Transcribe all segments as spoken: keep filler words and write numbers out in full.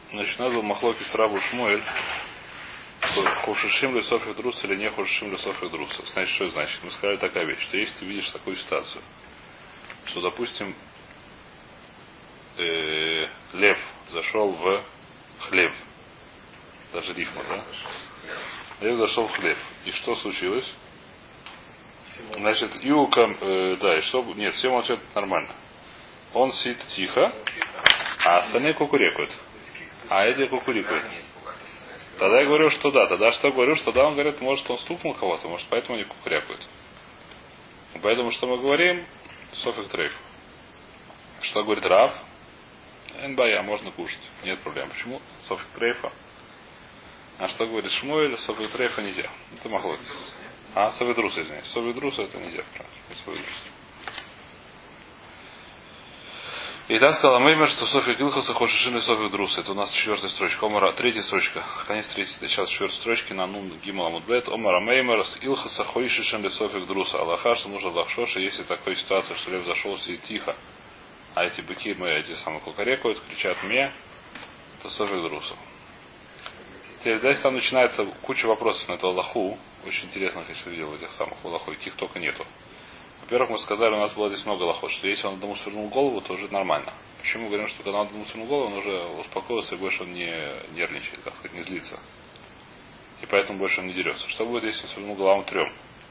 Значит, назвал Махлоки с Рабу Шмуэль. Хушишим ли Софи Друс или не Хушишим ли Софи Друс. Значит, что это значит? Мы сказали такая вещь, что если ты видишь такую ситуацию, что, допустим, э, лев зашел в хлеб. Даже рифма, да? Лев зашел в хлеб. И что случилось? Значит, Юкам, э, да, и что, нет, все молчат, это нормально. Он сидит тихо, а остальные кукурекают. А эти кукурекают. Тогда я говорю, что да. Тогда что я говорю, что да, он говорит, может он стукнул кого-то, может поэтому они кукурекают. Поэтому что мы говорим? Софик трейф. Что говорит Рав? Энбая, можно кушать. Нет проблем. Почему? Софик трейфа. А что говорит Шмуэль? Софик трейфа нельзя. Это могло. А, Софик друса, извиняюсь. Софик друса это нельзя. Правильно. И так сказала Меймер, что Софик Илхаса Хошишин и Софик Друса. Это у нас четвертая строчка. Омара, третья строчка. Конец третьей, сейчас четвертой строчки на Нун Гимал Амудбет. Омара Меймер с Илхаса Хошишин ли Софик Друса. Аллаха, что нужно лахшоша, если такая ситуация, что лев зашел сидит тихо, а эти быки, мы эти самые кукарекают, кричат мне, это Софик Друса. Теперь дальше там начинается куча вопросов на эту Аллаху. Очень интересных, если видел этих самых Аллаху, каких только нету. Во-первых, мы сказали, у нас было здесь много лохот, что если он одному свернул голову, то уже нормально. Почему мы говорим, что когда он одному свернул голову, он уже успокоился и больше он не нервничает, так сказать, не злится. И поэтому больше он не дерется. Что будет, если он свернул голову трем?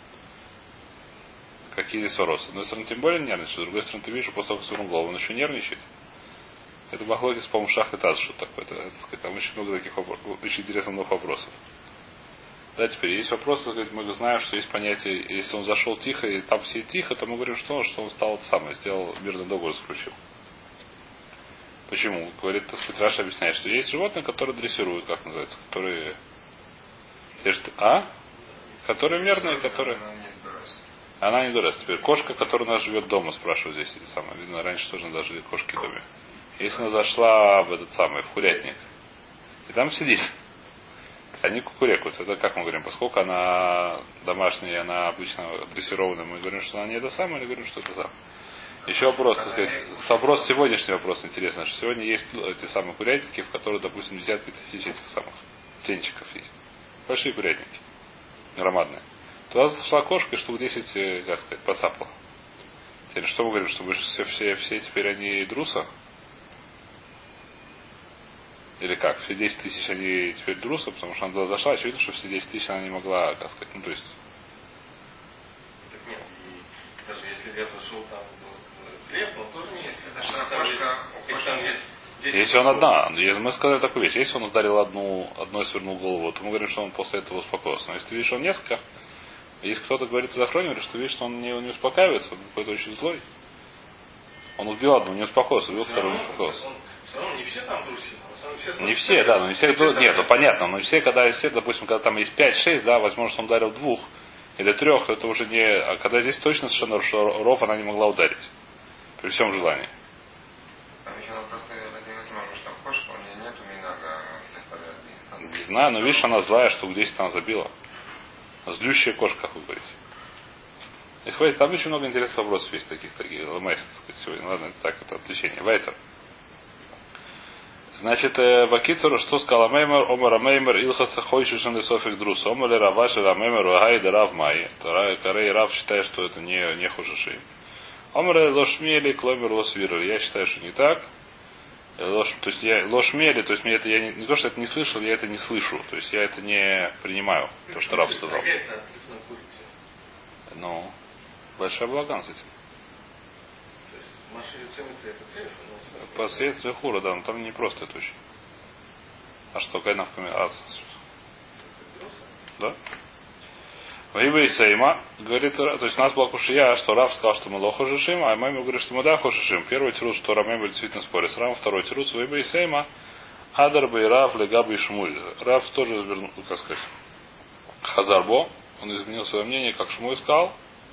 Какие здесь вопросы? С одной стороны, тем более нервничает, с другой стороны, ты видишь, что после того, как свернул голову, он еще нервничает. Это бахлогис, по-моему, шах и таз, что такое. Это, это, сказать, там очень много таких вопросов, очень интересных вопросов. Да, теперь есть вопросы, мы знаем, что есть понятие, если он зашел тихо и там все тихо, то мы говорим, что он, что он стал самое, сделал мирный договор, заключил. Почему? Говорит, так сказать, Раша объясняет, что есть животные, которые дрессируют, как называется, которые... А? Которые мирные, которые... Она не дурест. Теперь кошка, которая у нас живет дома, спрашивают здесь эти самые. Видно, раньше тоже надо жили кошки в доме. Если она зашла в этот самый, в курятник, и там сидит, они кукурекают. Это как мы говорим, поскольку она домашняя, она обычно дрессированная, мы говорим, что она не это самое, или говорим, что это самое. Еще вопрос, так сказать, вопрос, сегодняшний вопрос интересный, что сегодня есть эти самые курятники, в которых, допустим, десятки тысяч этих самых птенчиков есть. Большие курятники, громадные. Туда зашла кошка, и штук десять, как сказать, посапала. Теперь что мы говорим, что все, все, все теперь они друса? Или как? Все десять тысяч они теперь друса, потому что она туда зашла, очевидно, что все десять тысяч она не могла, как сказать, ну то есть. Так нет, и даже если лев зашел там в хлеб, он тоже не есть. Это что кошка, Если там есть если он одна, мы сказали такую вещь, если он ударил одну, одной свернул голову, то мы говорим, что он после этого успокоился. Но если ты видишь, что он несколько, если кто-то говорит из охранника, что видишь, что он не, не успокаивается, он какой-то очень злой. Он убил одну, не успокоился, убил вторую, не успокоился. Все равно не все там трусили. Не все, да, но не все, кто, нет, ну понятно, но все, когда все, допустим, когда там есть пять-шесть, да, возможно, что он ударил двух или трех, это уже не, а когда здесь точно совершенно, что ров она не могла ударить. При всем желании. Там еще просто невозможно, что в кошку у нее нету минага всех подряд. Не знаю, но видишь, она злая, штук десять она забила. Злющая кошка, как вы говорите. И хватит, там очень много интересных вопросов есть таких, таких, ломайся, так сказать, сегодня. Ладно, это так, это отвлечение. Вайтер. Значит, Бакицеру, что сказал Меймер, Омара Меймер, Илхаса Хойшишин и Софик Друс, Омали Раваши Рамеймер, Вагайда Рав Май. Карей Рав считает, что это не, не Хошиши. Омара Лошмели, Кломер Лосвиру. Я считаю, что не так. Лош, то есть я Лошмели, то есть мне это я не, не то, что это не слышал, я это не слышу. То есть я это не принимаю, то, что Рав сказал. Ну, большая благан с этим. Последствия хура, да, но там не просто это очень. А что, кайнах а, да? Ваиба и Сейма говорит, то есть у нас была кушия, что Рав сказал, что мы лохо жишим, а маме говорит, что мы да хошишим. Первый тирус, что Рамем действительно спорит с Рамом, второй тирус, Ваиба и Сейма, Адарба и Рав, Легаба и Шмуль. Рав тоже вернул, как сказать, Хазарбо, он изменил свое мнение, как Шмуль сказал,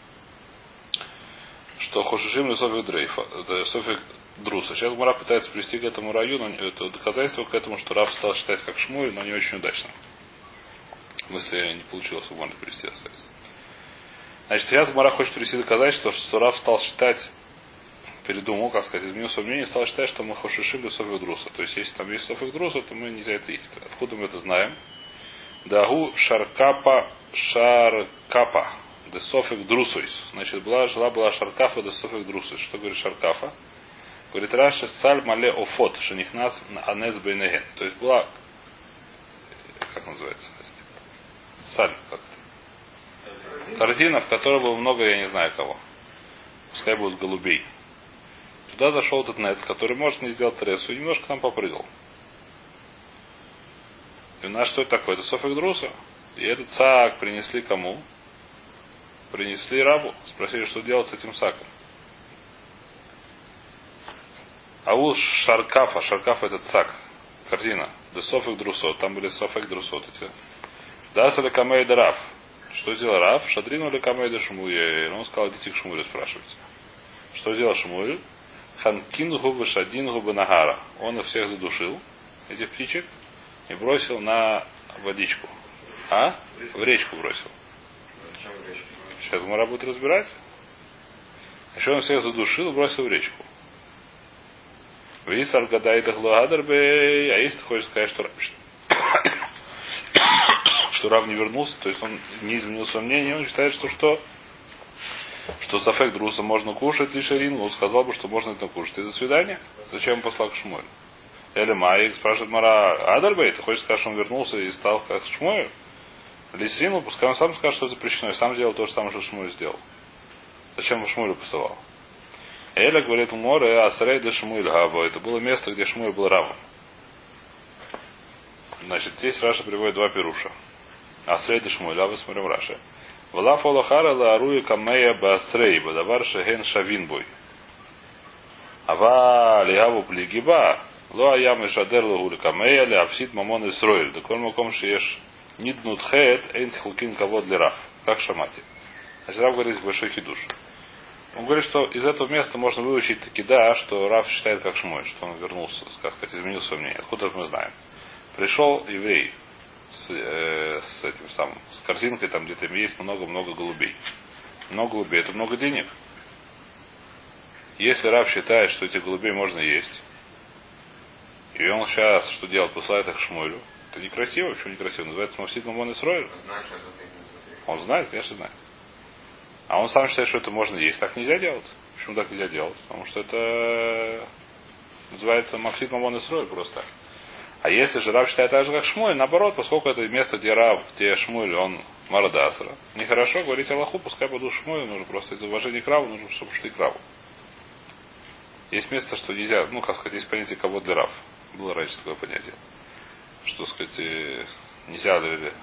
что хошишим ли Софик Дрейфа, Софик Друса. Сейчас Мара пытается привести к этому району это доказательство к этому, что Рав стал считать как Шмуль, но не очень удачно. В смысле, не получилось, можно привести остается. Значит, сейчас Мара хочет привести доказательство, что Рав стал считать передумал, как сказать, изменил свое мнение и стал считать, что мы хошишим софик друса. То есть, если там есть софик друса, то мы нельзя это есть. Откуда мы это знаем? Дагу шаркапа шаркапа. Де софик друсуис. Значит, была, жила была шаркафа де софик друсуис. Что говорит шаркафа? Говорит, Раши саль мале офот, шенихнас анес бейнеген. То есть была, как называется? Саль как-то. Корзина, в которой было много, я не знаю кого. Пускай будут голубей. Туда зашел этот нец, который может не сделать тресу, и немножко там попрыгал. И у нас что это такое? Это софик друса. И этот сак принесли кому? Принесли рабу. Спросили, что делать с этим саком. Аул шаркафа. Шаркафа этот сак. Корзина. Да софик друсот. Там были софик друсот эти. Да сали камей да раф. Что сделал Раф? Шадрину ли камей да Шмуэль. Он сказал, идите к Шмуэлю, спрашивайте. Что сделал Шмуэль? Ханкин губы шадин губы нагара. Он их всех задушил, этих птичек, и бросил на водичку. А? В речку бросил. Сейчас Гмара будет разбирать. Еще он всех задушил и бросил в речку. Висар гадай дахлуадарбей. А если ты хочешь сказать, что что Рав не вернулся, то есть он не изменил свое мнение, он считает, что что? Что сафек друса можно кушать лишь рин, он сказал бы, что можно это кушать. И до свидания. Зачем он послал к Шмуэлю? Или Майк спрашивает Мара Адарбей, ты хочешь сказать, что он вернулся и стал как Шмуэль? Лисину, пускай он сам скажет, что запрещено, и сам сделал то же самое, что Шмуэль сделал. Зачем он Шмуэлю посылал? Эля говорит, море асрей де Шмуэль габа. Это было место, где Шмуэль был равом. Значит, здесь Раша приводит два пируша. Асрей де Шмуэль, а вы смотрим Раша. Вала фолохара ла аруи камея басрей, бадавар шеген шавинбой. Ава лигаву плигиба, ло аям ишадер лагули камея, ли апсид мамон исроиль. Да коль маком шиеш ниднут хэт, эйн хулкин кавод ли раф. Как шамати. Значит, Рав говорит, большой хидуш. Он говорит, что из этого места можно выучить таки да, что Раф считает как Шмуэль, что он вернулся, как сказать, изменил свое мнение. Откуда мы знаем? Пришел еврей с, э, с этим самым, с корзинкой, там где-то есть много-много голубей. Много голубей, это много денег. Если Рав считает, что этих голубей можно есть, и он сейчас что делает, посылает их к Шмуэлю, это некрасиво, почему некрасиво? Называется Мавсид Мамон Исроэль. Он знает, конечно, знает. А он сам считает, что это можно есть. Так нельзя делать. Почему так нельзя делать? Потому что это называется Мавсид Мамон Исроэль просто. А если же Рав считает так же, как Шмуэль, наоборот, поскольку это место, где Рав, где Шмуэль, он Марадасра, нехорошо говорить Аллаху, пускай пойду Шмуэлю, нужно просто из уважения к Раву, нужно, чтобы шли к Раву. Есть место, что нельзя, ну, как сказать, есть понятие кого для Рав. Было раньше такое понятие. Что, сказать, нельзя ли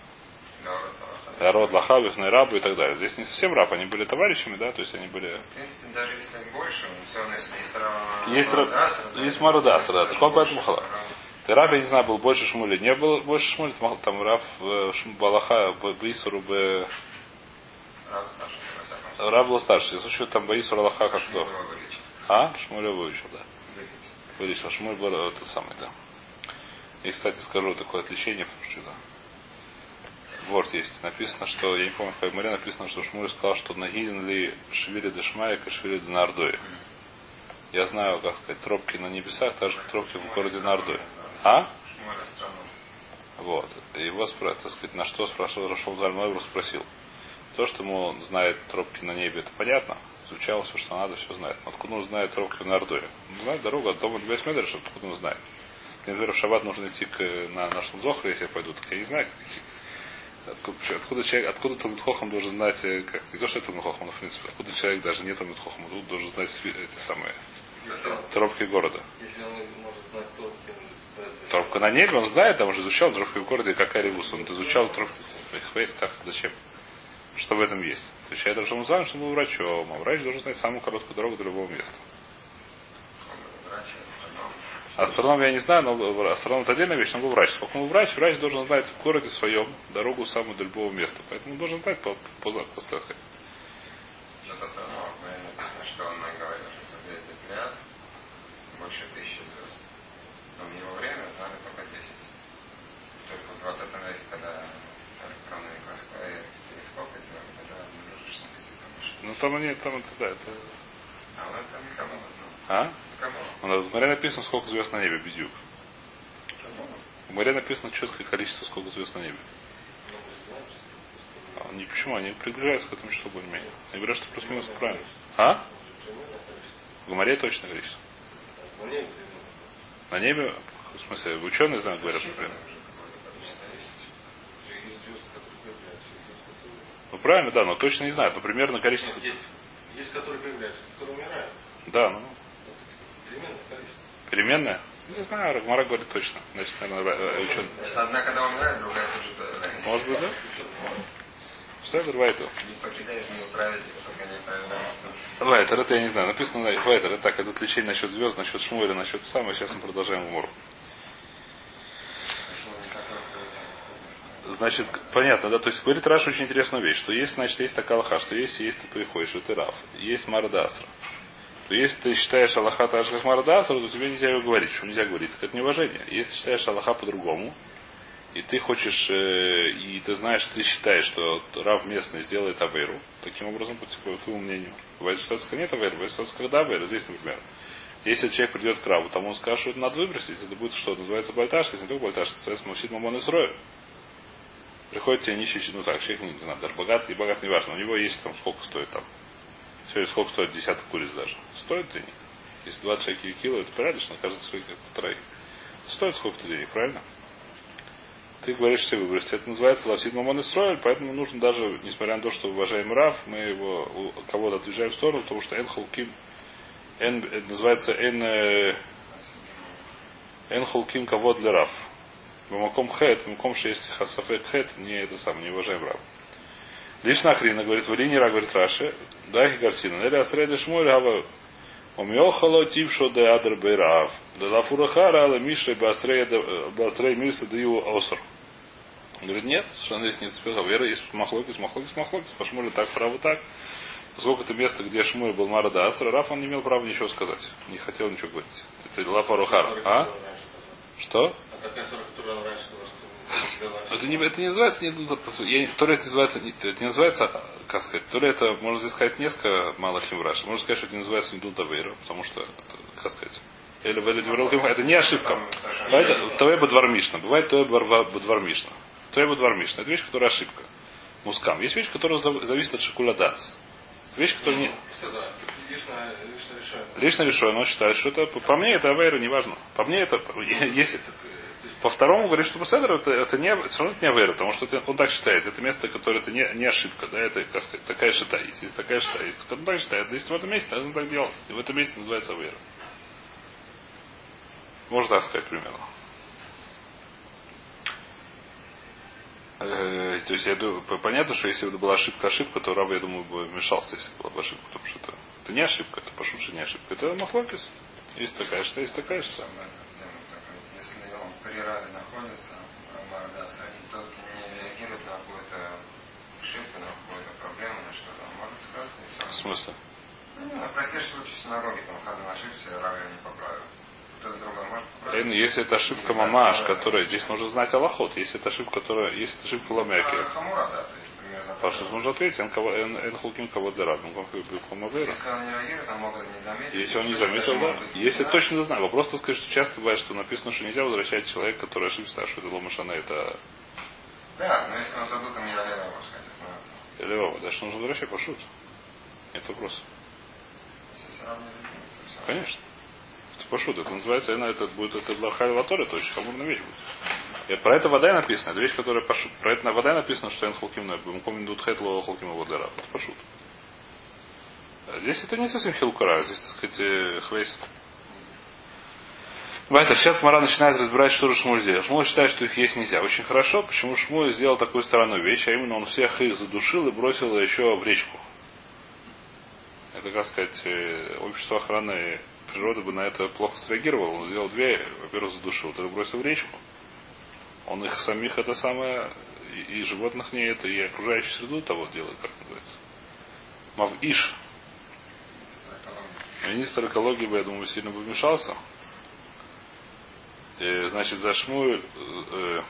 Род Лахавих, Найрабу и так далее. Здесь не совсем раб, они были товарищами, да, то есть они были. В принципе, даже если больше, все равно, если есть раб. Есть раб. Есть Марудасра, да. Так он поэтому хала. Ты раб, я не знаю, был больше Шмуля. Не было больше Шмуля, там раб Балаха, Баисуру бы. Раб был старше. Я слушаю, там Баисур Аллаха как кто. А? Шмуля выучил, да. Вылечил. Шмуль был это самый, да. И, кстати, скажу такое отличие, потому что да. Вот есть. Написано, что, я не помню, в Каймаре написано, что Шмуль сказал, что нагилен ли швили дешмайк и швили де нардой. Я знаю, как сказать, тропки на небесах, так же, как тропки в городе Нардой. А? Вот. И его, так сказать, на что спрашивал Рашон Зальмайбрух, спросил. То, что ему знает тропки на небе, это понятно. Изучал все, что надо, все знает. Но откуда он знает тропки в Нардое? Он знает дорогу от дома до Бейсмедреша, откуда он знает. Например, в шаббат нужно идти к, на наш Зохре, если я пойду, так я не знаю, как идти. Откуда, откуда человек, откуда Талмид Хохам должен знать, как, не то, что это Талмид Хохам, но в принципе, откуда человек даже не Талмид Хохам, тут должен знать эти самые тропки города. Если он может знать тропки, тропка на небе, он знает, там уже изучал тропки в городе, какая ревус, он изучал тропки, их как, зачем, что в этом есть. То есть я должен знать, что он был врачом, а врач должен знать самую короткую дорогу до любого места. Астроном я не знаю, но астроном это отдельная вещь, но был врач. Сколько он был врач, врач должен знать в городе своем дорогу самую до любого места. Поэтому он должен знать по, по, по, по сказать. Что-то астроном, написано, что он говорил, что созвездие Плеяд больше тысячи звезд. Но в его время знали только десять. Только в двадцатом веке, когда электронные телескопы сделали, тогда мы уже что-то. Ну там они, там это, да, это... А вот А? В море написано, сколько звезд на небе, бедюк. В море написано четкое количество, сколько звезд на небе. А, не, почему? Они приближаются к этому числу более-менее. Они говорят, что плюс-минус правильно. А? В море точное количество. На небе, в смысле, ученые знают, говорят, что примерно. Ну правильно, да, но точно не знаю. Но примерно количество. Есть, есть которые появляются, которые умирают. Да, ну. Переменное количество. Переменная? Не знаю, Рагмара говорит точно. Значит, наверное, ученый. Одна когда умирает, другая тоже появляется. Может быть, да? Все, давай это. Не покидаешь, не управить, пока не появляется. Вайтер, это я не знаю. Написано Вайтер. Так, это отвлечение насчет звезд, насчет Шмуэля, насчет самого. Сейчас мы продолжаем умор. Значит, понятно, да? То есть говорит Раш очень интересную вещь, что есть, значит, есть такая алаха, что если есть ты приходишь, что ты Рав, есть Мардасра, то если ты считаешь Аллаха так же, как Мардасра, то тебе нельзя его говорить. Почему нельзя говорить? Так это неуважение. Если ты считаешь Аллаха по-другому, и ты хочешь, э, и ты знаешь, ты считаешь, что Рав местный сделает Авейру, таким образом, по твоему мнению. Бывает ситуация, когда нет Авейру, бывает ситуация, когда Авейру. Здесь, например, если человек придет к Раву, там он скажет, что это надо выбросить, это будет что называется бальташ, если не только бальташ, это называется Мусид Мамон Исрою. Приходит тебе нищий, ну так, человек, не знаю, даже богатый и богат, не важно. У него есть там сколько стоит там. Сегодня сколько стоит десяток куриц даже. Стоит денег. Если двадцать шекелей кило, это порядочно, кажется, что как полтора. Стоит сколько-то денег, правильно? Ты говоришь все выбросить. Это называется Лавсид Мамон Исроэль, поэтому нужно даже, несмотря на то, что уважаем Рав, мы его кого-то отъезжаем в сторону, потому что Эн Холким, Эн, это называется Эн, Эн Холким кого для Рав. Бамаком хэт, бамаком шесть хасафек хэт, не это самое, не уважаем Рав. Лишь нахрена, говорит, в линии Ра, говорит Раши, да, и Гарсина, нели асреды шмоль, гава, умьохало тившо де адр бейрав, да лафурахара, ала миша басрей миса даю оср. Говорит, нет, совершенно здесь нет спеха. Вера есть махлокис, махлокис, махлокис, по Шмулю так, право так. Сколько-то места, где Шмуль был Марада Асра, Раф, он не имел права ничего сказать. Не хотел ничего говорить. Это Лафарухара. А? Что? А какая ссора, которую он раньше сказал, что Это не, это не называется, не, я, то ли это называется, не, это не называется, как сказать, то ли это, можно здесь сказать, несколько малых химраш. Можно сказать, что это не называется Нидун Тавейра, потому что, как сказать, или это не ошибка. Бывает Тоэ Бадвар Мишна. Бывает Тоэ Бадвар Мишна. Тоэ Бадвар Мишна. Это вещь, которая ошибка. Мускам. Есть вещь, которая зависит от Шикуля Дац. Вещь, которая не... Лично решено, он считает, что это, по мне, это Авейра, неважно. По мне, это, если, по второму говорит, что Беседер, это, это не, все равно это не Авейра, потому что это, он так считает, это место, которое это не, не ошибка, да, это, как сказать, такая шита есть, есть такая шита есть, он так считает, если в этом месте, нужно так делать, и в этом месте называется Авейра. Можно так сказать, примерно. Э, то есть, я думаю, понятно, что если бы была ошибка, ошибка, то Рав, я думаю, бы вмешался, если была бы ошибка, потому что это, это не ошибка, это пошутше не ошибка. Это махлокис. Есть такая, что есть такая, что. Если он при Раве находится, Мардаса, и тот не реагирует на какую-то ошибку, на какую-то проблему, на что-то, он может сказать, и все. В смысле? Ну, на простейший случай в синагоге, там Хазан ошибся, Рав его не поправил. Кто-то другой может поправить. Эйн, если это ошибка мамаш, которая, здесь нужно знать Аллахот, если это ошибка, которая, если это ошибка ламяки. Хамура, да, то есть, например, за Паша, нужно ответить, эн хулким кого для рад, ну как бы хамавера. Если он не реагирует, он могут не заметить. Если он не заметил, да. Если точно знаю, вопрос просто скажет, что часто бывает, что написано, что нельзя возвращать человека, который ошибся, что это ломашана, это. Да, но если он забыл, то мне надо его сказать. Или Вова, даже нужно возвращать пошут. Нет вопроса. Конечно. Это пошут. Это называется, это будет это Лархаль Латоре, то есть хамурная вещь будет. И про это вода написано. Это вещь, которая пошут. Про это на вода написано, что Эн Хулким Бумком идут Хэтло Хулким Водера. Это пошут. А здесь это не совсем хилкура, здесь, так сказать, хвейс. Байтер, сейчас Мара начинает разбирать, что же Шмуль сделал. Шмуль считает, что их есть нельзя. Очень хорошо, почему Шмуль сделал такую странную вещь, а именно он всех их задушил и бросил еще в речку. Это, как сказать, общество охраны природы бы на это плохо среагировало. Он сделал две, во-первых, задушил, тогда бросил в речку. Он их самих это самое, и, и животных не это, и окружающую среду того делает, как называется. Мав-Иш. Министр экологии бы, я думаю, сильно бы вмешался. И, значит, за Шмуль э,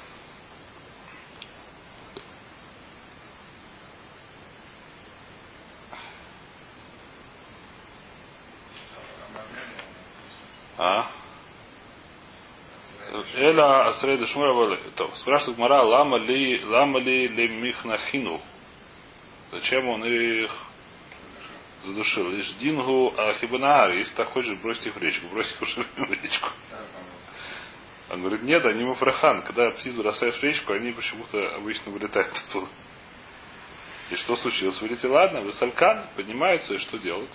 Эла асрейда шмура. Спрашивает Мара, лама ли лама ли лемихнахину. Зачем он их задушил? Лишь дингу ахибанаар. Если так хочешь, бросить их в речку. Бросить их в речку. Он говорит, нет, они муфрахан. Когда птиц бросаешь в речку, они почему-то обычно вылетают оттуда. И что случилось? Вы говорите, ладно, высалкан поднимается, и что делать?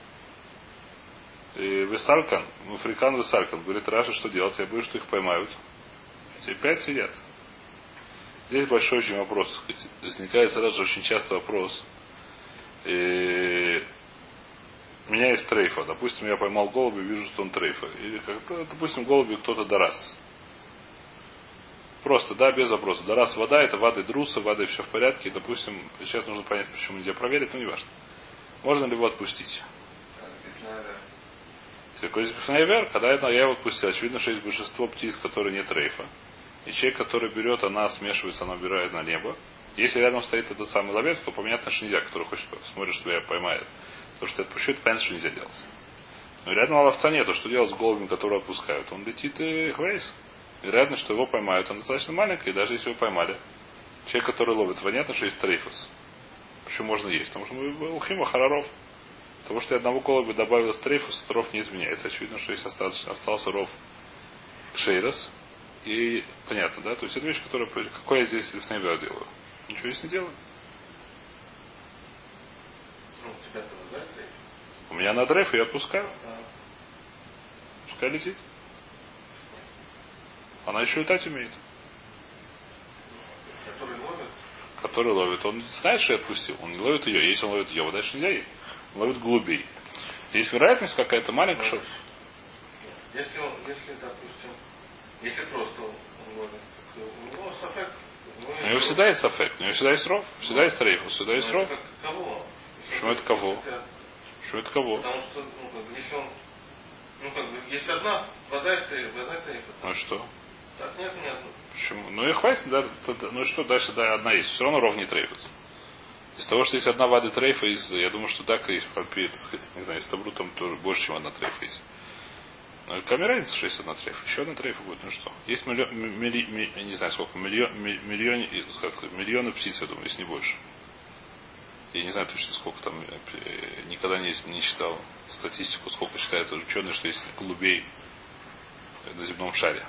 И высалкан, муфрикан высалкан. Говорит, Раша, что делать? Я боюсь, что их поймают. И опять сидят. Здесь большой очень вопрос. Возникает сразу же очень часто вопрос. И... У меня есть трейфа. Допустим, я поймал голубя и вижу, что он трейфа. Или, как-то, допустим, голуби кто-то дорас. Просто, да, без вопроса. Дорас вода, это воды друса, воды все в порядке. И, допустим, сейчас нужно понять, почему нельзя проверить, но не важно. Можно ли его отпустить? Какой здесь пифнайвер? Когда я его отпустил, очевидно, что есть большинство птиц, которые нет рейфа. И человек, который берет, она смешивается, она убирает на небо. Если рядом стоит этот самый ловец, то понятно, что нельзя, который хочет смотрит, что я поймает. То, что я отпущу, это понятно, что нельзя делать. Но рядом ловца нету. Что делать с голубем, которого отпускают? Он летит и хвейс. Вероятно, что его поймают. Он достаточно маленький, и даже если его поймали. Человек, который ловит, понятно, что есть трейфус. Почему можно есть? Потому что мы ухима хараров. Потому что одного голубя добавилось трейфус, ров не изменяется. Очевидно, что если остался, остался ров шейрос. И понятно, да? То есть это вещь, которая... Какой я здесь лифнейвер делаю? Ничего здесь не делаю. У меня на дрейф, я отпускаю. Пускай летит. Она еще летать умеет. Который ловит? Который ловит. Он знает, что я отпустил. Он не ловит ее. Если он ловит ее, дальше нельзя есть. Он ловит голубей. Есть вероятность какая-то маленькая, что... Если он, если, допустим, если просто он ловит, у него сафек. У него всегда есть сафек. У него всегда есть ров. Всегда есть трейф. Всегда есть ров. Кого? Почему это кого? Почему это кого? Потому что, ну, как бы, если он, ну, как бы, если одна вода, это вода, это Ну и что? Так, нет, нет. Почему? Ну и хватит, да, ну и что дальше, да, одна есть. Все равно ров не трейфится. Из того, что есть одна вода трейфа, из, я думаю, что так и пальпи, так сказать, не знаю, из табру там тоже больше, чем одна трейфа есть. Ну, какая разница, что есть одна трейфа? Еще одна трейфа будет, ну что? Есть миллион, милли, ми, не знаю сколько, миллион, миллион, как, миллионы птиц, я думаю, если не больше. Я не знаю точно, сколько там, никогда не, не читал статистику, сколько считают ученые, что есть голубей на земном шаре.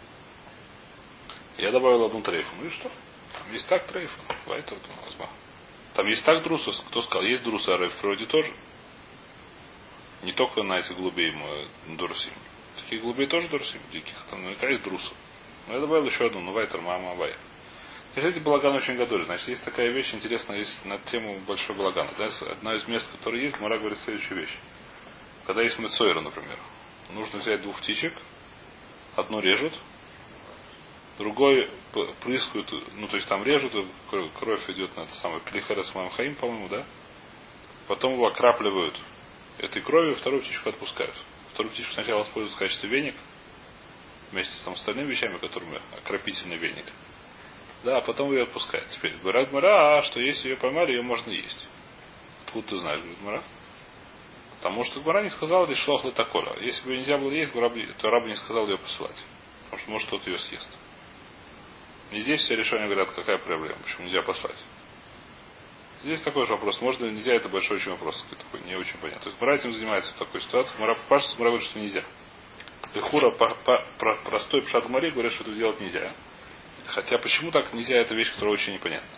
Я добавил одну трейфу. Ну и что? Там есть так трейфа. Там есть так друсов. Кто сказал? Есть друсы, а в природе тоже. Не только на этих голубей мы дурсим. Таких голубей тоже дурсим, диких. Там наверняка есть друсы. Но я добавил еще одну. Ну, вайтер, мама, абай. Кстати, балаган очень гадоль. Значит, есть такая вещь интересная, есть на тему большой балагана. Да? Одна из мест, которые есть, Мара говорит следующую вещь. Когда есть мецойра, например, нужно взять двух птичек, одну режут, другой прыскают, ну то есть там режут, кровь идет на это самое клихара с мамхаим, по-моему, да? Потом его окрапливают этой кровью, вторую птичку отпускают. Вторую птичку сначала используют в качестве веник, вместе с там, остальными вещами, которыми окропительный веник. Да, а потом ее отпускают. Теперь говорят Мара, а что если ее поймали, ее можно есть. Откуда ты знаешь, говорит Мара? Потому что Гмара не сказал лишь шлохлы таколя. Если бы ее нельзя было есть, то раб не сказал ее посылать. Потому что может кто-то ее съест. И здесь все решения говорят, какая проблема, почему нельзя послать. Здесь такой же вопрос. Можно или нельзя, это большой очень вопрос. Такой не очень понятно. То есть Гмара этим занимается в такой ситуации. Гмара пашется, Гмара говорит, что нельзя. И хура по, по, про, простой пшат Гмари говорит, что это делать нельзя. Хотя почему так нельзя, это вещь, которая очень непонятна.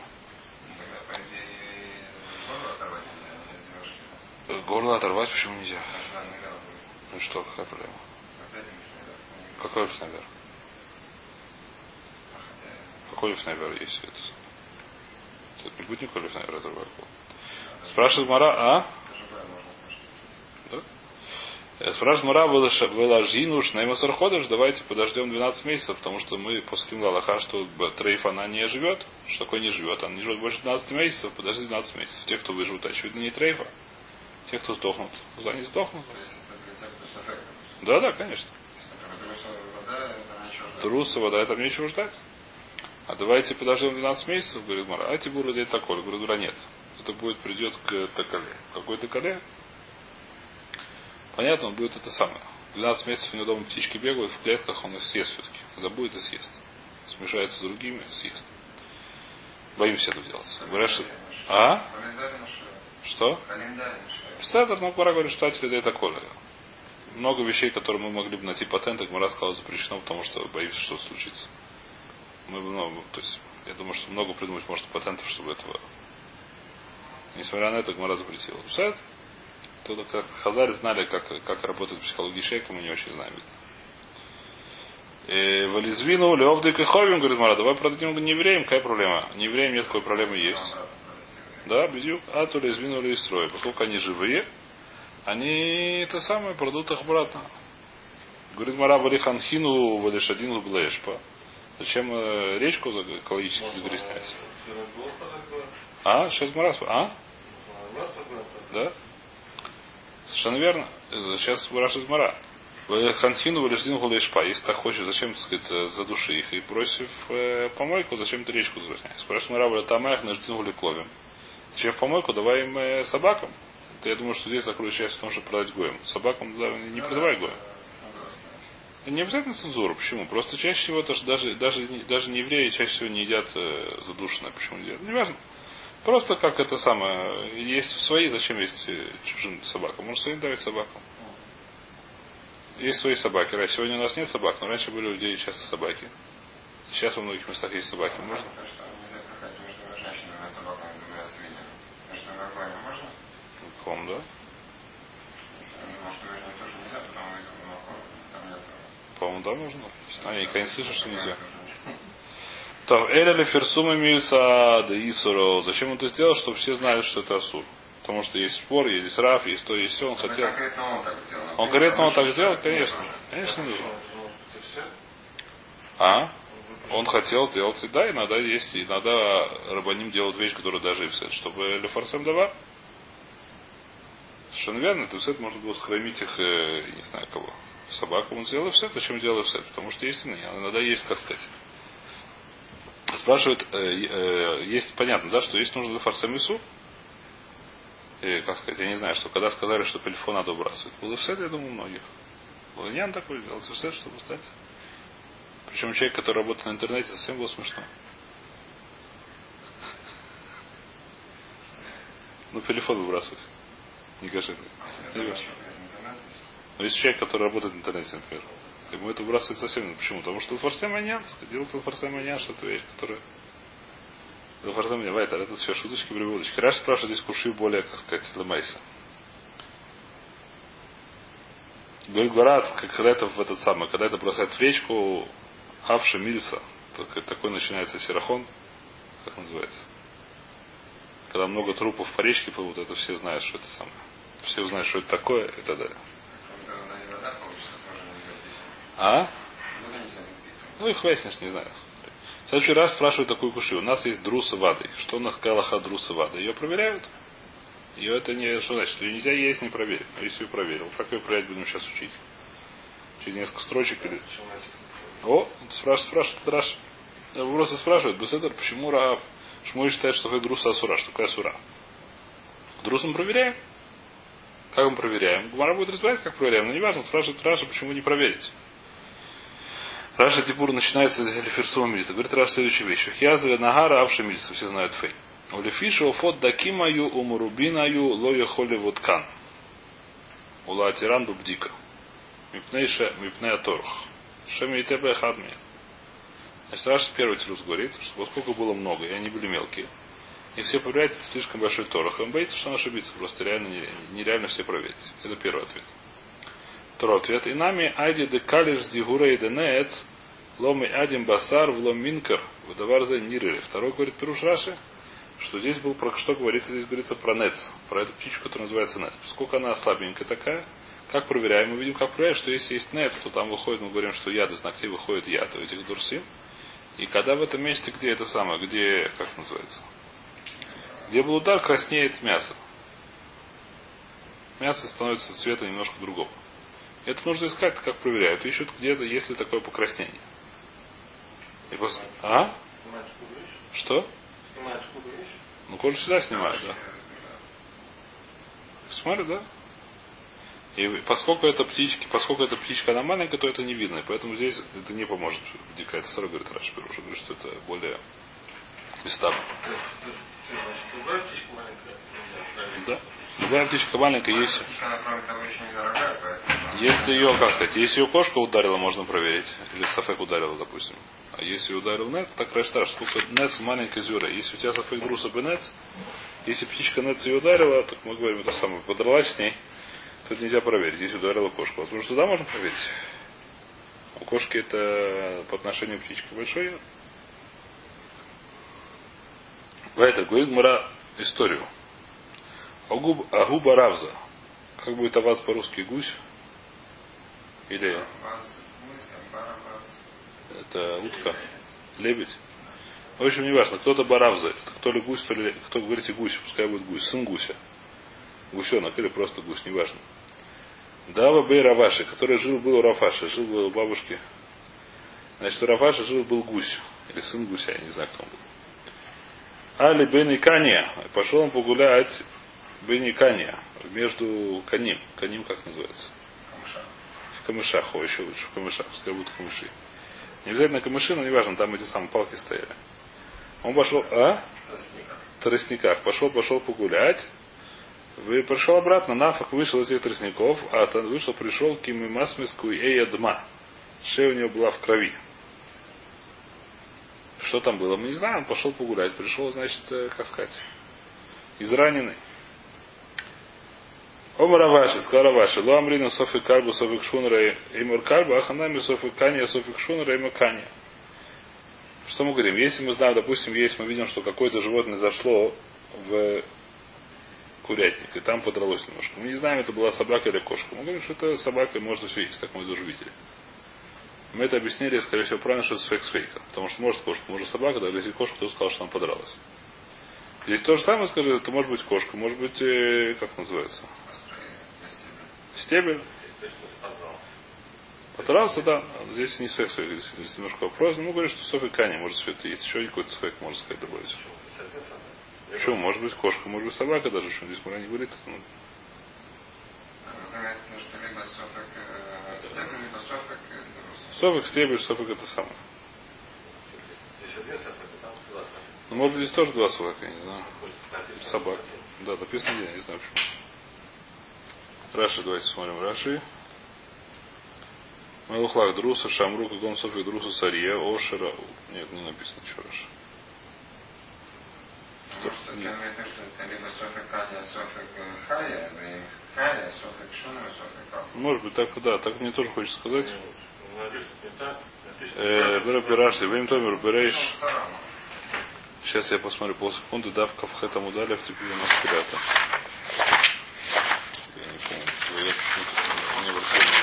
Горло оторвать почему нельзя? Ну что, какая проблема? Какой лифнайвер? Какой лифнайвер есть это? Тут не будет никакой лифнайвер оторвать голову. Спрашивает Мара, а? Да? Спрашивает Мара, была жинуш на ходишь, давайте подождем двенадцать месяцев, потому что мы после Галаха, что трейф она не живет. Что такое не живет? Она не живет больше двенадцати месяцев, подожди двенадцать месяцев. Те, кто выживут, очевидно, не трейфа. Те, кто сдохнут, они сдохнут. Да, да, конечно. Труса, вода, там нечего ждать. А давайте подождем двенадцать месяцев, говорит Мара. А тибура дает такой. Говорит, дура, нет. Это будет, придет к такале. Какой такале? Понятно, он будет это самое. двенадцать месяцев у него дома птички бегают, в клетках он их съест все-таки. Когда будет и съест. Смешается с другими, съест. Боимся это делать. Говорят, что... А? Что? Писатор, но Гмара говорит, что Атили да это коля. Много вещей, которые мы могли бы найти патенты, Гмара сказала запрещено, потому что боимся, что случится. Мы много, то есть, я думаю, что много придумать может патентов, чтобы этого. Несмотря на это, Гмара запретила. Писат? Тут как Хазари знали, как, как работает психология шейка, мы не очень знаем. Вализвину, Леовдык и Ховим, говорит Гмара, давай продадим не евреям, какая проблема? Не евреям нет такой проблемы есть. Да, бедюк, а то ли извину или строй. Поскольку они живые, они это самое продадут их обратно. Говорит Мара Валиханхину Валишадину Блэшпа. Зачем э, речку экологически загрязнять? А? Сейчас Мара. А? Да? Совершенно верно. Сейчас спрашивает Мара. Валиханхину Валишадину Блэшпа. Если так хочешь, зачем, так сказать, задуши их и бросив э, помойку, зачем ты речку загрязнять? Спрашивает Мара Валитамаях Наждину Валикловим. Зачем в помойку, давай им э, собакам. Это, я думаю, что здесь закроет часть в том, чтобы продать гоем. Собакам да, не продавай гоем. Не обязательно цензуру. Почему? Просто чаще всего то, что даже, даже, даже не евреи чаще всего не едят э, задушенное. Почему не едят? Не важно. Просто как это самое. Есть свои, зачем есть чужим собакам? Может своим давать собакам. Есть свои собаки. Раньше сегодня у нас нет собак, но раньше были у людей часто собаки. Сейчас во многих местах есть собаки. Можно? Ком, да? По-моему, да, можно. А, я никогда не слышу, что нельзя. То, Эля ферсума миюса да исуро. Зачем он это сделал? Чтобы все знали, что это асур. Потому что есть спор, есть здесь раф, есть то, есть все. Он хотел. Он так сделал. Он конкретно он так сделал, конечно. Конечно, нужно. А? Он хотел сделать, да, иногда есть, иногда рабаним делают вещь, которая даже и все, чтобы лефарсем давар. Совершенно верно, то есть можно было схромить их, э, не знаю кого, собаку. Он сделал все, зачем делал все? Потому что есть иные, иногда есть, как сказать. Спрашивают, э, э, есть понятно, да, что есть нужно лефарсем ису. И, как сказать, я не знаю, что когда сказали, что телефон надо выбрасывать. Было все, я думаю, у многих. Было не такой делать все, чтобы стать. Причем человек, который работает на интернете, совсем было смешно. Ну, телефон выбрасывать. Не кажи. Но есть человек, который работает в интернете, например. Ему это выбрасывать совсем не. Почему? Потому что форсем маньян, делает форсем маньян, что это вещь, которая. Форсем маньян, это все шуточки, приводочки. Раш спрашивает здесь куши более, как сказать, лемайса. Говорит Гварат, когда это в этот самый, когда это бросает в речку Авша Мильса, такой начинается сирахон, как называется. Когда много трупов по речке плывут, это все знают, что это самое. Все узнают, что это такое, и так далее. А? Ну их выяснишь, не знаю. В следующий раз спрашивают такую куши. У нас есть друса вады. Что у нас калаха друса вады? Ее проверяют? Ее это не... Что значит? Ее нельзя есть, не проверить. Но если ее проверил. Как ее проверять будем сейчас учить? Через несколько строчек или... О, спрашивает, спрашивает, Раш. Просто спрашивают, Беседер, почему Раав Шмуй считает, что это друса асура? Что такое асура? Друс мы проверяем? Как мы проверяем? Гмара будет разбирать, как проверяем. Но не важно, спрашивает Раша, почему не проверить. Раша Типур начинается с Лефирсума Милиса. Говорит Раша следующую вещь. Хьязаве Нагара Авша Милиса. Все знают фей. У Лефиша уфот дакимаю умурубинаю лоя холи воткан. Ула атиран бубдика. Мипнейша мипнея торх. Шеми и тебе хадми. Значит, Раша первый тирус говорит, что поскольку было много, и они были мелкие, и все проверяют, это слишком большой торох. Он боится, что он ошибится. Просто реально нереально все проверить. Это первый ответ. Второй ответ. И нами айди де калиш дигура и денец ломи адим басар влом минкар выдаварзе ниры. Второй говорит Пируш Раши, что здесь был про что говорится, здесь говорится про нец, про эту птичку, которая называется нец. Поскольку она слабенькая такая, как проверяем? Мы видим, как проверяем, что если есть нец, то там выходит, мы говорим, что яд из ногтей выходит яд у этих дурсим. И когда в этом месте, где это самое, где, как называется, где был удар, краснеет мясо. Мясо становится цвета немножко другого. Это нужно искать, как проверяют. Ищут где-то, есть ли такое покраснение. И после... А? Что? Ну, кожу всегда снимают, да. Смотрят, да? И поскольку это птички, поскольку эта птичка она маленькая, то это не видно. И поэтому здесь это не поможет дикая. Это сорок, говорит Раши, уже говорит, что это более местами. Другая птичка маленькая. Да. Любая птичка маленькая, есть. Она, кроме того, очень недорогая, поэтому... Если ее, как сказать, если ее кошка ударила, можно проверить. Или сафек ударила, допустим. А если ударил нет, так рашташ, сколько нец маленькая зюра. Если у тебя сафек друса бы нец, если птичка нец ее ударила, так мы говорим это самое, подралась с ней, тут нельзя проверить, если ударила кошку. Возможно, туда можно проверить. У кошки это по отношению к птичке большой. Поэтому говорит Мара историю. Агуб, агуба равза. Как будет аваз по-русски гусь? Или это утка? Лебедь? В общем, не важно. Кто-то баравза. Это кто ли гусь, то ли... Кто говорите гусь, пускай будет гусь. Сын гуся. Гусенок или просто гусь, неважно. Дава бей Раваши, который жил был у Рафаши, жил был у бабушки. Значит, у Рафаши жил был гусь. Или сын гуся, я не знаю, кто он был. Али бен Икания. Пошел он погулять бен Икания. Между каним. Каним как называется? Камыша. В камышах, о, еще лучше. В камышах, пускай будут камыши. Не обязательно камыши, но неважно, там эти самые палки стояли. Он пошел, а? В тростниках. Пошел, пошел погулять. Вы пришел обратно, нафак вышел из этих тростников, а там вышел, пришел к имимасмиску и дма. Шея у него была в крови. Что там было, мы не знаем. Он пошел погулять. Пришел, значит, как сказать, израненный. Ома Раваши, сказал Раваши, Ло Амрину Софи Кальбу Софи Кшунра Эймур Кальбу, Аханами Софи Кания Софи Кшунра Эймур Кания. Что мы говорим? Если мы знаем, допустим, есть, мы видим, что какое-то животное зашло в курятник, и там подралось немножко. Мы не знаем, это была собака или кошка. Мы говорим, что это собака, и можно все есть, так мы это уже видели. Мы это объяснили, скорее всего, правильно, что это фейк с фейка. Потому что может кошка, может собака, даже если кошка, кто сказал, что она подралась. Здесь то же самое, скажи, это может быть кошка, может быть, э, как называется? Стебель. Подрался, да. Здесь не сфек, здесь немножко вопрос. Ну, мы говорим, что софик кани, может, все это есть. Еще какой-то сфек, можно сказать, добавить. Почему? Может быть, кошка, может быть, собака даже, что здесь Мара не говорит. Ну. Софик, стебель, софик это самое. Ну, может быть, здесь тоже два собака, я не знаю. Собак. Да, написано где, я не знаю почему. Раши, давайте смотрим. Раши. Мелухлах Друса, Шамру, Кагон Софик Друса, Сария, Ошера. Нет, не написано, что Раши. Может быть, так, да, так мне тоже хочется сказать. Бераши, Вейм Томер, Берейш. Сейчас я посмотрю полсекунды. Давка в хэтам удали, в теперь у нас пирата. Я не помню. Я почему-то не вращаю.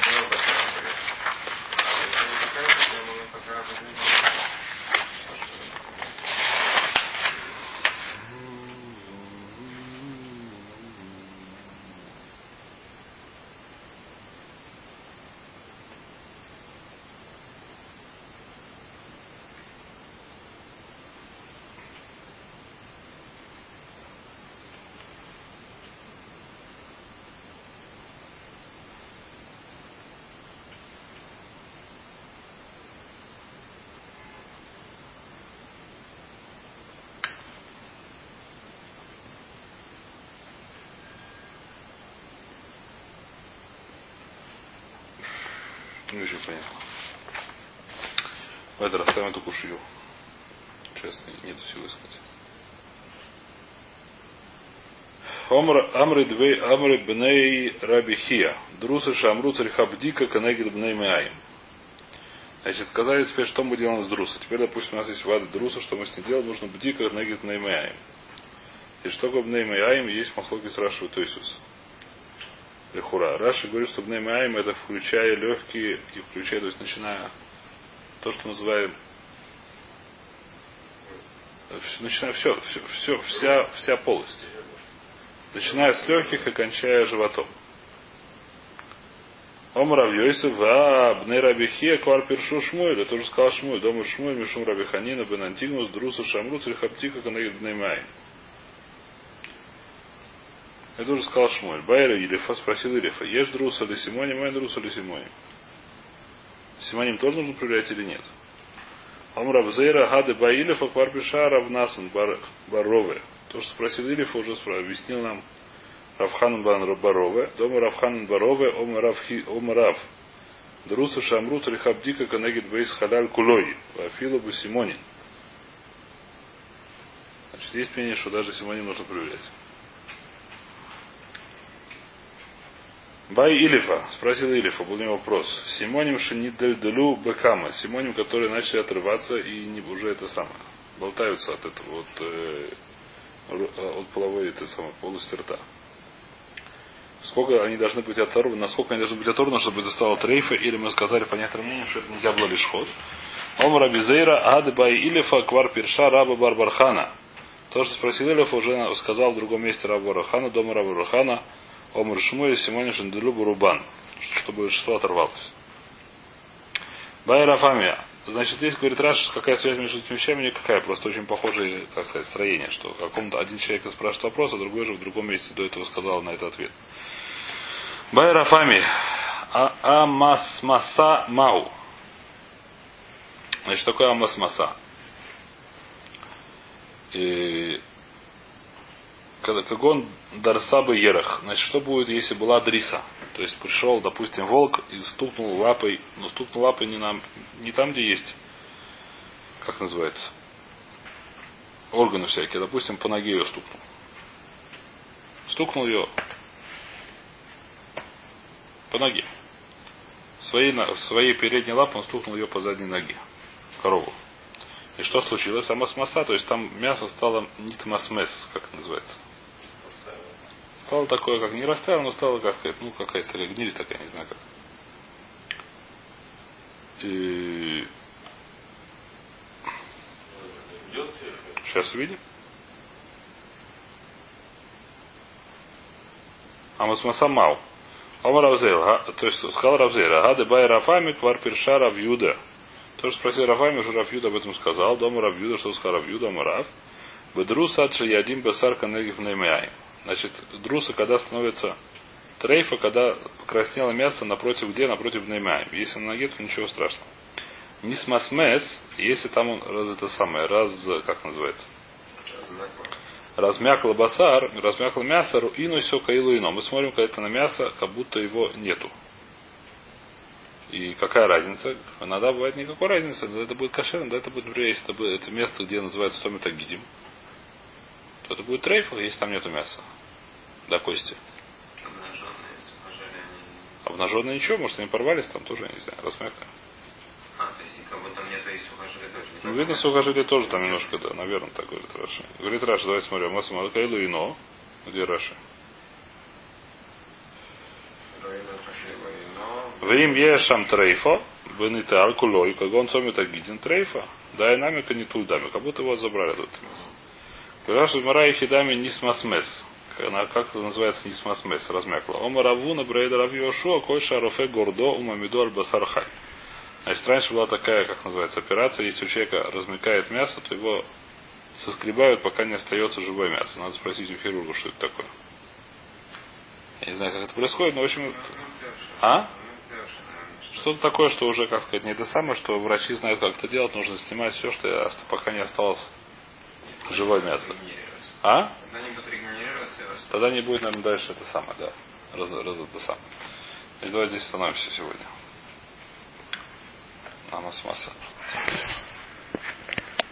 Не очень понятно. Давайте расставим эту кушью. Честно, нету сил искать. Амры двей Амры бней Рабихия. Друсы шамру царихабдика канегид бней меаим. Значит, сказали теперь, что мы делаем с друса. Теперь, допустим, у нас есть вада друса, что мы с ней делаем, нужно бдика канегид бней меаим. И что такое бней меаим, есть махлоки с Раши Тойсус. Лехура. Раши говорит, что бней меаим это включая легкие и включая, то есть начиная то, что называем начиная все, все, все вся, вся полость. Начиная с легких и кончая животом. Ом Рав Йосеф, а бней Рабихия квар першу Шмуэль. Это уже сказал Шмуэль. Дома Шмуэль, Мишум Рабиханина, бен Антигнус, Друса Шамру, Црихаптика, канегид бней меаим. Это уже сказал Шмуль. Байра Илифа спросил Илифа. Ешь друса ли Симоним, май друса ли Симоним. Симоним тоже нужно проверять или нет? Омрабзейра гады баилифа кварпиша равнасан барове. То, что спросил Илифа, уже объяснил нам Равхан бан Барове. Дома Равхан Барове, омрав. Друса шамрут рихабдика канегит бейс халяль кулой. Вафилу бы Симонин. Значит, есть мнение, что даже Симоним нужно проверять. Бай Илифа, спросил Илифа, был у него вопрос. Симоним шинидельделю бекама. Симоним, которые начали отрываться и не, уже это самое. Болтаются от этого, от, э, от половой этой самой полости рта. Сколько они должны быть оторваны, насколько они должны быть оторваны, чтобы это стало трейфа, или мы сказали по некоторым мнениям, что это нельзя было лишь ход. Омра Бизейра, Ады Бай Илифа, Квар Пирша, Раба Барбархана. То, что спросил Илифа, уже сказал в другом месте Раба Барбархана, дома Раба Барбархана, Омр Шмуэль Симоним Шенделю Бурубан, чтобы число оторвалось. Бай Рафамия. Значит, здесь говорит Раш, какая связь между этими вещами, никакая, просто очень похожее, как сказать, строение, что какому-то один человек спрашивает вопрос, а другой же в другом месте до этого сказал на это ответ. Бай Рафами. Амасмаса Мау. Значит, такое Амасмаса. И как он Дарсаба Ерах. Значит, что будет, если была Дриса? То есть пришел, допустим, волк и стукнул лапой, но стукнул лапой не, нам, не там, где есть, как называется, органы всякие. Допустим, по ноге ее стукнул. Стукнул ее по ноге. Своей, своей передней лапой он стукнул ее по задней ноге. Корову. И что случилось? Амасмаса, то есть там мясо стало нитмасмес, как это называется. Стало такое, как не растаяло, но стало, как сказать, ну какая-то гниль такая, не знаю как. И... Сейчас увидим. Амасмаса мау. Омар Равзейл, то есть сказал Равзейл, Гады бай Рафами квар пирша Равьюда. То, что спросил Рафами, что Равьюда об этом сказал. Дома Равьюда, что сказал Равьюда, Омарав. Бедруса аджи ядим бесар канегив неймяй. Значит, друса, когда становится трейфа, когда покраснело мясо напротив где? Напротив неймяй. Если на ноге, то ничего страшного. Нисмасмес, если там он раз это самое, раз, как называется? Размякло басар, размякло мясо, руину все каилу ино. Мы смотрим, когда это на мясо, как будто его нету. И какая разница? Иногда бывает никакой разницы. Да это будет кошерно, да это будет, например, если это, будет, это место, где называется томитагидим, то это будет трейфа, если там нету мяса. До кости. Обнаженные ничего, может они порвались, там тоже, я не знаю, размякли. А, то есть как будто там нету и сухожилия тоже. Ну, видно, сухожилия тоже там немножко, да, наверное, так говорит Раши. Говорит Раши, давайте смотрим. Масма Каилу Ино. Где Раши? Вим ешам трейфа, бенитар кулой, как он сомит агидин трейфа, да и намека не тульдами, как будто его забрали тут. Раши Мара и Хидами нисмасмес. Как это называется нисмасмес, размякла. Ома равуна брейда равьешуа, кой шарофе гордо умамиду аль-басархай. Значит, раньше была такая, как называется, операция, если у человека размякает мясо, то его соскребают, пока не остается живое мясо. Надо спросить у хирурга, что это такое. Я не знаю, как это происходит, но в общем... А? Что-то такое, что уже, как сказать, не это самое, что врачи знают, как это делать, нужно снимать все, что пока не осталось живое мясо. А? Тогда не будет, наверное, дальше это самое, да. Раз, раз это самое. Значит, давайте здесь остановимся сегодня. Намаз масса.